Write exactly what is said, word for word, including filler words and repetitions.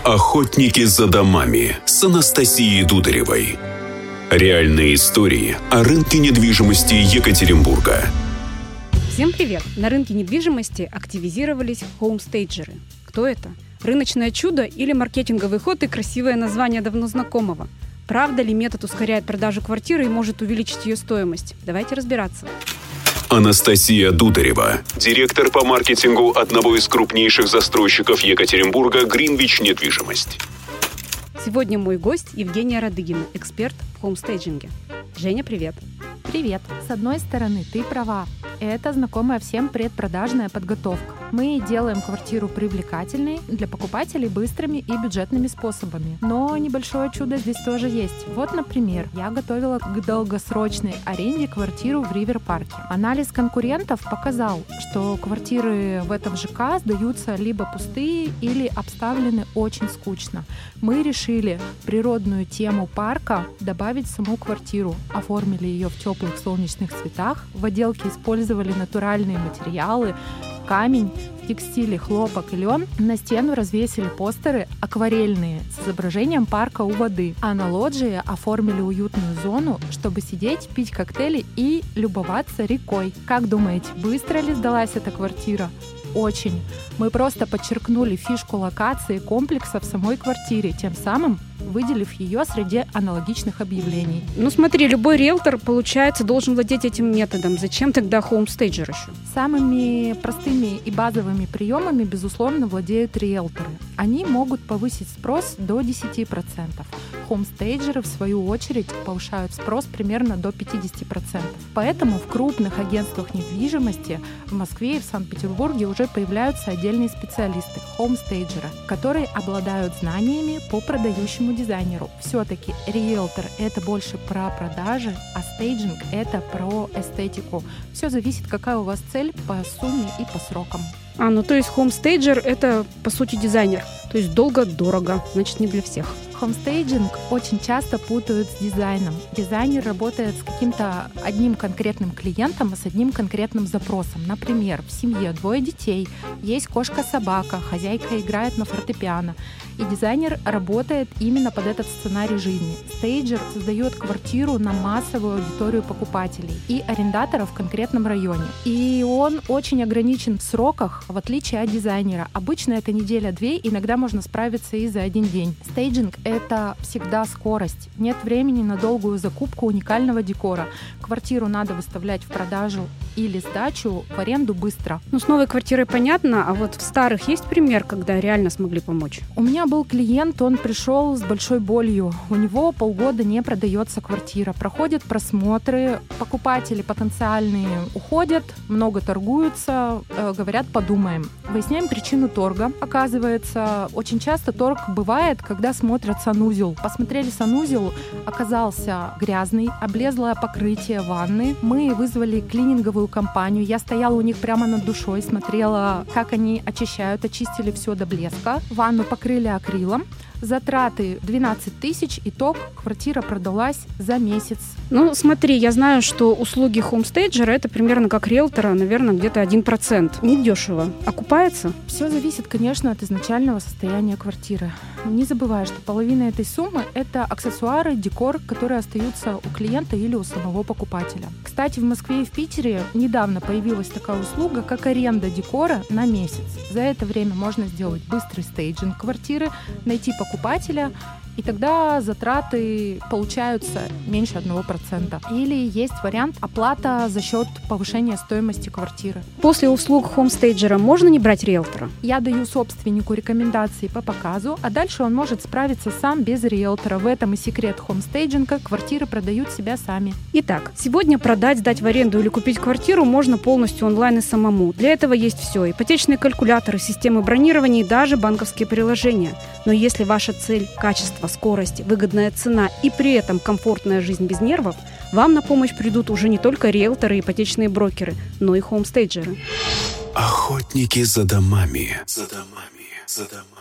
«Охотники за домами» с Анастасией Дударевой. Реальные истории о рынке недвижимости Екатеринбурга. Всем привет! На рынке недвижимости активизировались хоумстейджеры. Кто это? Рыночное чудо или маркетинговый ход и красивое название давно знакомого? Правда ли метод ускоряет продажу квартиры и может увеличить ее стоимость? Давайте разбираться. Анастасия Дударева, директор по маркетингу одного из крупнейших застройщиков Екатеринбурга «Гринвич Недвижимость». Сегодня мой гость Евгения Радыгина, эксперт в хоумстейджинге. Женя, привет. Привет. С одной стороны, ты права. Это знакомая всем предпродажная подготовка. Мы делаем квартиру привлекательной для покупателей быстрыми и бюджетными способами. Но небольшое чудо здесь тоже есть. Вот, например, я готовила к долгосрочной аренде квартиру в Ривер-парке. Анализ конкурентов показал, что квартиры в этом ЖК сдаются либо пустые или обставлены очень скучно. Мы решили природную тему парка добавить в саму квартиру. Оформили ее в теплых солнечных цветах. В отделке использовали натуральные материалы, камень, текстили, хлопок и лен. На стену развесили постеры акварельные с изображением парка у воды. А на лоджии оформили уютную зону, чтобы сидеть, пить коктейли и любоваться рекой. Как думаете, быстро ли сдалась эта квартира? Очень. Мы просто подчеркнули фишку локации комплекса в самой квартире, тем самым выделив ее среди аналогичных объявлений. Ну смотри, любой риэлтор, получается, должен владеть этим методом. Зачем тогда хоумстейджер еще? Самыми простыми и базовыми приемами, безусловно, владеют риэлторы. Они могут повысить спрос до десять процентов. Хоумстейджеры, в свою очередь, повышают спрос примерно до пятьдесят процентов. Поэтому в крупных агентствах недвижимости в Москве и в Санкт-Петербурге уже появляются отдельные специалисты, хоумстейджеры, которые обладают знаниями по продающему дизайнеру. Все-таки риэлтор — это больше про продажи, а стейджинг — это про эстетику. Все зависит, какая у вас цель по сумме и по срокам. А, ну то есть хоумстейджер — это, по сути, дизайнер. То есть долго-дорого, значит, не для всех. Хоумстейджинг очень часто путают с дизайном. Дизайнер работает с каким-то одним конкретным клиентом, с одним конкретным запросом. Например, в семье двое детей, есть кошка-собака, хозяйка играет на фортепиано. И дизайнер работает именно под этот сценарий жизни. Стейджер создает квартиру на массовую аудиторию покупателей и арендаторов в конкретном районе. И он очень ограничен в сроках, в отличие от дизайнера. Обычно это неделя-две, иногда можно справиться и за один день. Стейджинг — это всегда скорость. Нет времени на долгую закупку уникального декора. Квартиру надо выставлять в продажу или сдачу в аренду быстро. Ну, с новой квартирой понятно, а вот в старых есть пример, когда реально смогли помочь? У меня был клиент, он пришел с большой болью. У него полгода не продается квартира. Проходят просмотры, покупатели потенциальные уходят, много торгуются, э, говорят, подумаем. Выясняем причину торга. Оказывается, очень часто торг бывает, когда смотрят санузел. Посмотрели санузел, оказался грязный, облезлое покрытие ванны. Мы вызвали клининговую компанию. Я стояла у них прямо над душой, смотрела, как они очищают, очистили все до блеска. Ванну покрыли акрилом. Затраты двенадцать тысяч, итог, квартира продалась за месяц. Ну, смотри, я знаю, что услуги хоумстейджера — это примерно как риэлтора, наверное, где-то один процент. Недешево. Окупается? Все зависит, конечно, от изначального состояния квартиры. Не забывай, что половина этой суммы — это аксессуары, декор, которые остаются у клиента или у самого покупателя. Кстати, в Москве и в Питере недавно появилась такая услуга, как аренда декора на месяц. За это время можно сделать быстрый стейджинг квартиры, найти покупателя, и тогда затраты получаются меньше одного процента. Или есть вариант оплата за счет повышения стоимости квартиры. После услуг хоумстейджера можно не брать риэлтора? Я даю собственнику рекомендации по показу, а дальше он может справиться сам без риэлтора. В этом и секрет хоумстейджинга. Квартиры продают себя сами. Итак, сегодня продать, сдать в аренду или купить квартиру можно полностью онлайн и самому. Для этого есть все: ипотечные калькуляторы, системы бронирования и даже банковские приложения. Но если ваша цель – качество, скорость, выгодная цена и при этом комфортная жизнь без нервов, вам на помощь придут уже не только риэлторы и ипотечные брокеры, но и хоумстейджеры. Охотники за домами. За домами. За домами.